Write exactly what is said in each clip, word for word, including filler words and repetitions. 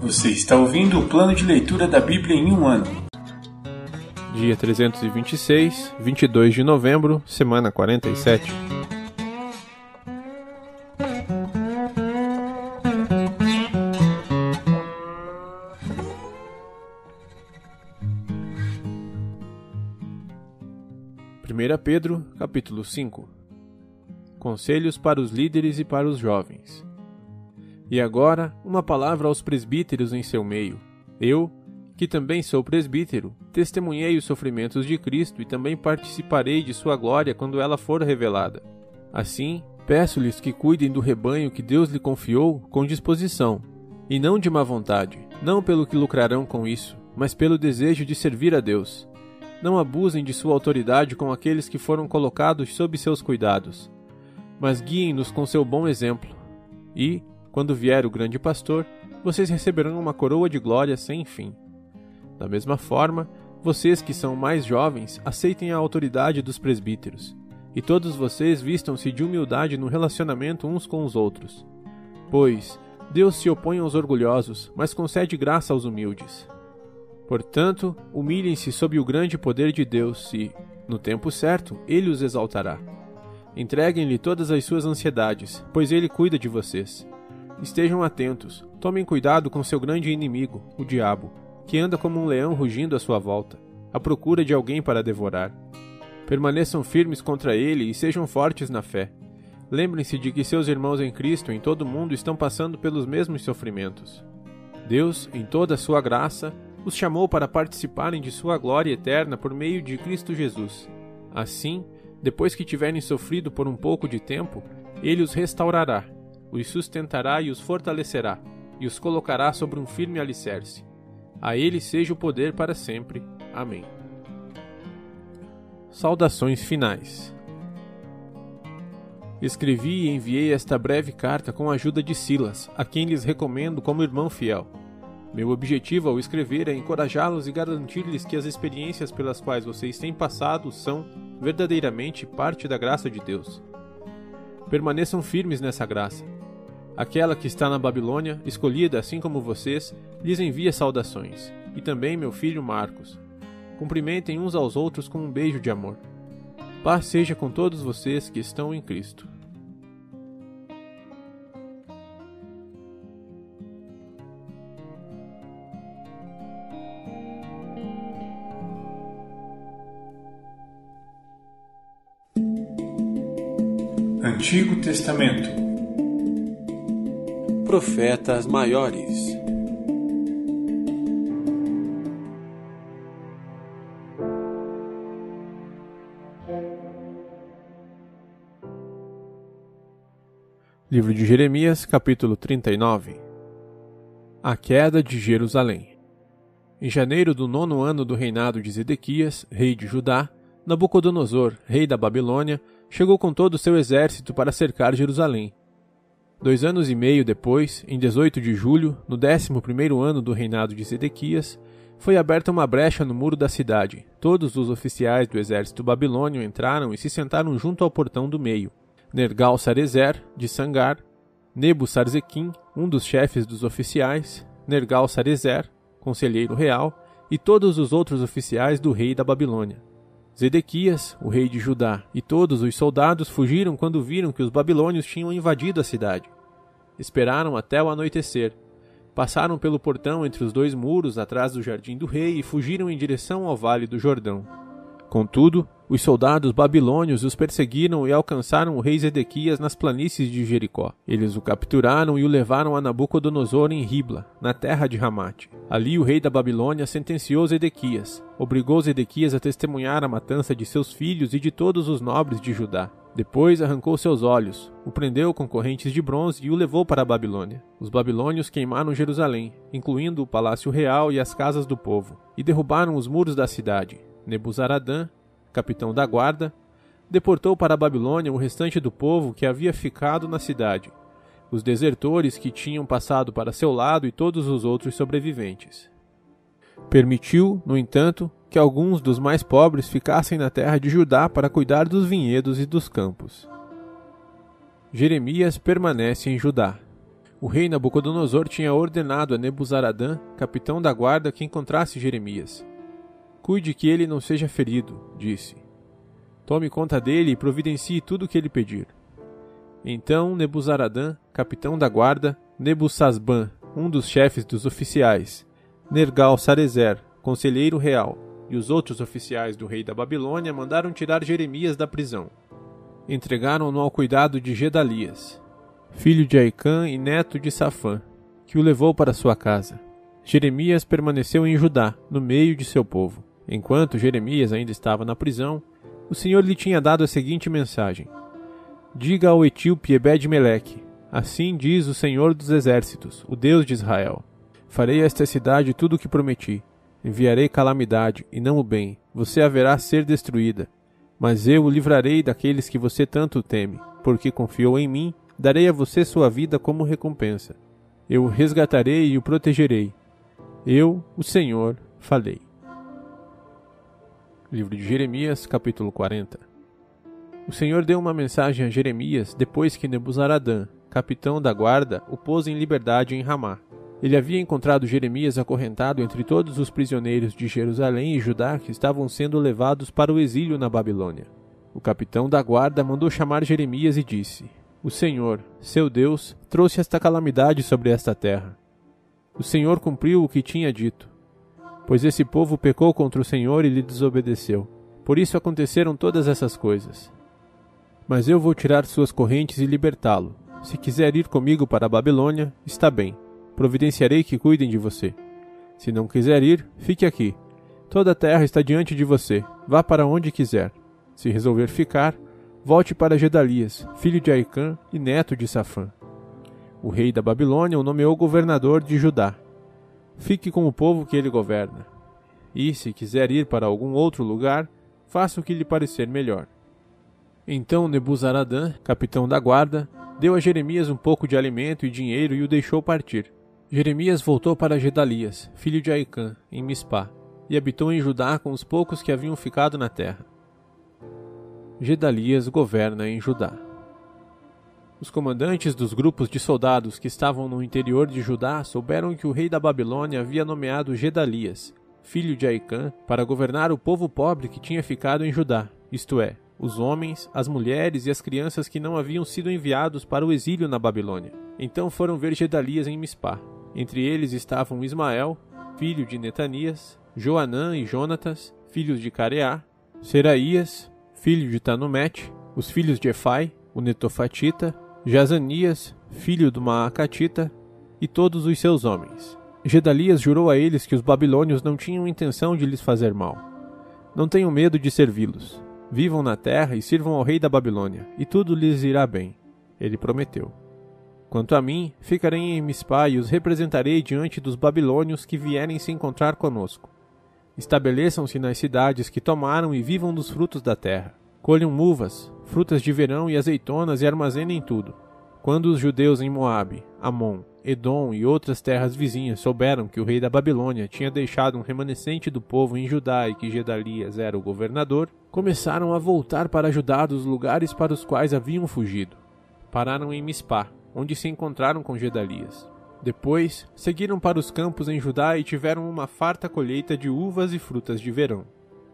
Você está ouvindo o plano de leitura da Bíblia em um ano. Dia trezentos e vinte e seis, vinte e dois de novembro, semana quarenta e sete. primeira Pedro, capítulo cinco. Conselhos para os líderes e para os jovens. E agora, uma palavra aos presbíteros em seu meio. Eu, que também sou presbítero, testemunhei os sofrimentos de Cristo e também participarei de sua glória quando ela for revelada. Assim, peço-lhes que cuidem do rebanho que Deus lhe confiou com disposição, e não de má vontade, não pelo que lucrarão com isso, mas pelo desejo de servir a Deus. Não abusem de sua autoridade com aqueles que foram colocados sob seus cuidados, mas guiem-nos com seu bom exemplo. E, quando vier o grande pastor, vocês receberão uma coroa de glória sem fim. Da mesma forma, vocês que são mais jovens, aceitem a autoridade dos presbíteros, e todos vocês vistam-se de humildade no relacionamento uns com os outros. Pois, Deus se opõe aos orgulhosos, mas concede graça aos humildes. Portanto, humilhem-se sob o grande poder de Deus e, no tempo certo, Ele os exaltará. Entreguem-lhe todas as suas ansiedades, pois Ele cuida de vocês. Estejam atentos, tomem cuidado com seu grande inimigo, o diabo, que anda como um leão rugindo à sua volta, à procura de alguém para devorar. Permaneçam firmes contra ele e sejam fortes na fé. Lembrem-se de que seus irmãos em Cristo em todo o mundo estão passando pelos mesmos sofrimentos. Deus, em toda a sua graça, os chamou para participarem de sua glória eterna por meio de Cristo Jesus. Assim, depois que tiverem sofrido por um pouco de tempo, Ele os restaurará, os sustentará e os fortalecerá, e os colocará sobre um firme alicerce. A Ele seja o poder para sempre. Amém. Saudações finais. Escrevi e enviei esta breve carta com a ajuda de Silas, a quem lhes recomendo como irmão fiel. Meu objetivo ao escrever é encorajá-los e garantir-lhes que as experiências pelas quais vocês têm passado são, verdadeiramente, parte da graça de Deus. Permaneçam firmes nessa graça. Aquela que está na Babilônia, escolhida assim como vocês, lhes envia saudações, e também meu filho Marcos. Cumprimentem uns aos outros com um beijo de amor. Paz seja com todos vocês que estão em Cristo. Antigo Testamento. Profetas maiores. Livro de Jeremias, capítulo trinta e nove. A queda de Jerusalém. Em janeiro do nono ano do reinado de Zedequias, rei de Judá, Nabucodonosor, rei da Babilônia, chegou com todo o seu exército para cercar Jerusalém. Dois anos e meio depois, em dezoito de julho, no décimo primeiro ano do reinado de Zedequias, foi aberta uma brecha no muro da cidade. Todos os oficiais do exército babilônio entraram e se sentaram junto ao portão do meio. Nergal-Sarezer, de Sangar, Nebu-Sarzequim, um dos chefes dos oficiais, Nergal-Sarezer, conselheiro real, e todos os outros oficiais do rei da Babilônia. Zedequias, o rei de Judá, e todos os soldados fugiram quando viram que os babilônios tinham invadido a cidade. Esperaram até o anoitecer. Passaram pelo portão entre os dois muros atrás do jardim do rei e fugiram em direção ao vale do Jordão. Contudo, os soldados babilônios os perseguiram e alcançaram o rei Zedequias nas planícies de Jericó. Eles o capturaram e o levaram a Nabucodonosor em Ribla, na terra de Ramate. Ali o rei da Babilônia sentenciou Zedequias, obrigou Zedequias a testemunhar a matança de seus filhos e de todos os nobres de Judá. Depois arrancou seus olhos, o prendeu com correntes de bronze e o levou para a Babilônia. Os babilônios queimaram Jerusalém, incluindo o palácio real e as casas do povo, e derrubaram os muros da cidade. Nebuzaradã, capitão da guarda, deportou para a Babilônia o restante do povo que havia ficado na cidade, os desertores que tinham passado para seu lado e todos os outros sobreviventes. Permitiu, no entanto, que alguns dos mais pobres ficassem na terra de Judá para cuidar dos vinhedos e dos campos. Jeremias permanece em Judá. O rei Nabucodonosor tinha ordenado a Nebuzaradã, capitão da guarda, que encontrasse Jeremias. Cuide que ele não seja ferido, disse. Tome conta dele e providencie tudo o que ele pedir. Então Nebuzaradã, capitão da guarda, Nebusazban, um dos chefes dos oficiais, Nergal-Sarezer, conselheiro real, e os outros oficiais do rei da Babilônia mandaram tirar Jeremias da prisão. Entregaram-no ao cuidado de Gedalias, filho de Aicã e neto de Safã, que o levou para sua casa. Jeremias permaneceu em Judá, no meio de seu povo. Enquanto Jeremias ainda estava na prisão, o Senhor lhe tinha dado a seguinte mensagem: Diga ao etíope Ebed-Meleque, assim diz o Senhor dos Exércitos, o Deus de Israel: Farei a esta cidade tudo o que prometi. Enviarei calamidade, e não o bem. Você haverá ser destruída. Mas eu o livrarei daqueles que você tanto teme, porque confiou em mim. Darei a você sua vida como recompensa. Eu o resgatarei e o protegerei. Eu, o Senhor, falei. Livro de Jeremias, capítulo quarenta. O Senhor deu uma mensagem a Jeremias depois que Nebuzaradã, capitão da guarda, o pôs em liberdade em Ramá. Ele havia encontrado Jeremias acorrentado entre todos os prisioneiros de Jerusalém e Judá que estavam sendo levados para o exílio na Babilônia. O capitão da guarda mandou chamar Jeremias e disse: O Senhor, seu Deus, trouxe esta calamidade sobre esta terra. O Senhor cumpriu o que tinha dito, pois esse povo pecou contra o Senhor e lhe desobedeceu. Por isso aconteceram todas essas coisas. Mas eu vou tirar suas correntes e libertá-lo. Se quiser ir comigo para a Babilônia, está bem. Providenciarei que cuidem de você. Se não quiser ir, fique aqui. Toda a terra está diante de você. Vá para onde quiser. Se resolver ficar, volte para Gedalias, filho de Aicã e neto de Safã. O rei da Babilônia o nomeou governador de Judá. Fique com o povo que ele governa. E, se quiser ir para algum outro lugar, faça o que lhe parecer melhor. Então Nebuzaradã, capitão da guarda, deu a Jeremias um pouco de alimento e dinheiro e o deixou partir. Jeremias voltou para Gedalias, filho de Aicã, em Mispá, e habitou em Judá com os poucos que haviam ficado na terra. Gedalias governa em Judá. Os comandantes dos grupos de soldados que estavam no interior de Judá souberam que o rei da Babilônia havia nomeado Gedalias, filho de Aicã, para governar o povo pobre que tinha ficado em Judá, isto é, os homens, as mulheres e as crianças que não haviam sido enviados para o exílio na Babilônia. Então foram ver Gedalias em Mispá. Entre eles estavam Ismael, filho de Netanias, Joanã e Jonatas, filhos de Careá, Seraías, filho de Tanumete, os filhos de Efai, o Netofatita, Jazanias, filho do Maacatita, e todos os seus homens. Gedalias jurou a eles que os babilônios não tinham intenção de lhes fazer mal. Não tenham medo de servi-los. Vivam na terra e sirvam ao rei da Babilônia, e tudo lhes irá bem. Ele prometeu. Quanto a mim, ficarei em Mispá e os representarei diante dos babilônios que vierem se encontrar conosco. Estabeleçam-se nas cidades que tomaram e vivam dos frutos da terra. Colham uvas, frutas de verão e azeitonas e armazenem tudo. Quando os judeus em Moabe, Amon, Edom e outras terras vizinhas souberam que o rei da Babilônia tinha deixado um remanescente do povo em Judá e que Gedalias era o governador, começaram a voltar para Judá dos lugares para os quais haviam fugido. Pararam em Mispá, onde se encontraram com Gedalias. Depois, seguiram para os campos em Judá e tiveram uma farta colheita de uvas e frutas de verão.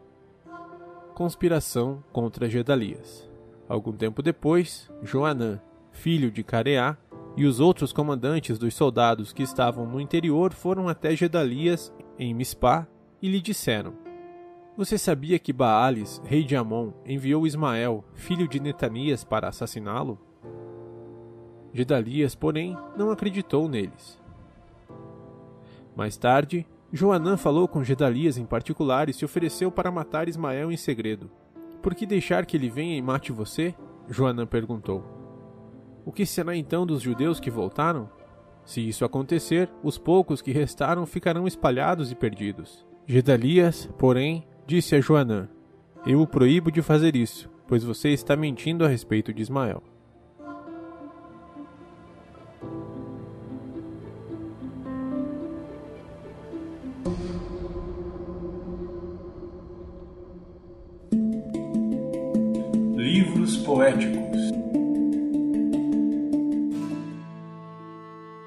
Conspiração contra Gedalias. Algum tempo depois, Joanã, filho de Careá, e os outros comandantes dos soldados que estavam no interior foram até Gedalias, em Mispá, e lhe disseram: Você sabia que Baales, rei de Amon, enviou Ismael, filho de Netanias, para assassiná-lo? Gedalias, porém, não acreditou neles. Mais tarde, Joanã falou com Gedalias em particular e se ofereceu para matar Ismael em segredo. Por que deixar que ele venha e mate você? Joanã perguntou. O que será então dos judeus que voltaram? Se isso acontecer, os poucos que restaram ficarão espalhados e perdidos. Gedalias, porém, disse a Joanã: Eu o proíbo de fazer isso, pois você está mentindo a respeito de Ismael. Livros poéticos.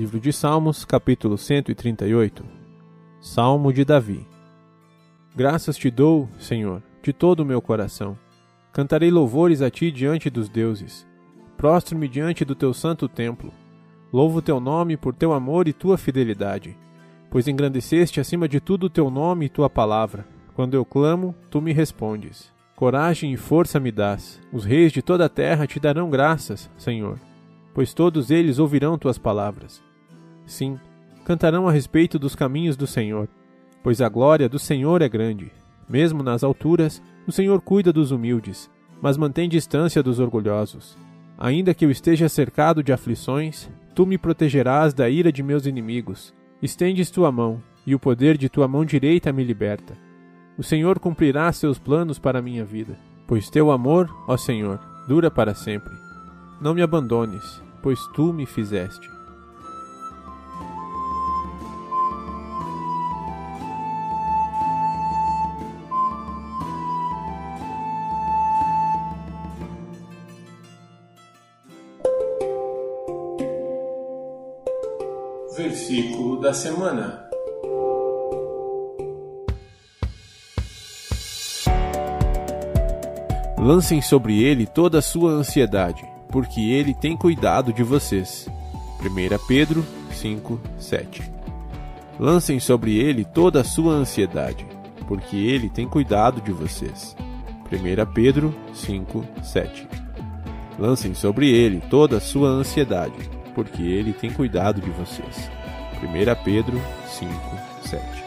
Livro de Salmos, capítulo cento e trinta e oito. Salmo de Davi. Graças te dou, Senhor, de todo o meu coração. Cantarei louvores a ti diante dos deuses. Prostro-me diante do teu santo templo. Louvo teu nome por teu amor e tua fidelidade, pois engrandeceste acima de tudo o teu nome e tua palavra. Quando eu clamo, tu me respondes. Coragem e força me dás. Os reis de toda a terra te darão graças, Senhor, pois todos eles ouvirão tuas palavras. Sim, cantarão a respeito dos caminhos do Senhor, pois a glória do Senhor é grande. Mesmo nas alturas, o Senhor cuida dos humildes, mas mantém distância dos orgulhosos. Ainda que eu esteja cercado de aflições, tu me protegerás da ira de meus inimigos. Estendes tua mão, e o poder de tua mão direita me liberta. O Senhor cumprirá seus planos para a minha vida, pois teu amor, ó Senhor, dura para sempre. Não me abandones, pois tu me fizeste. Versículo da semana. Lancem sobre ele toda a sua ansiedade, porque ele tem cuidado de vocês. primeira Pedro cinco, sete. Lancem sobre ele toda a sua ansiedade, porque ele tem cuidado de vocês. primeira Pedro cinco, sete. Lancem sobre ele toda a sua ansiedade, porque ele tem cuidado de vocês. primeira Pedro cinco, sete.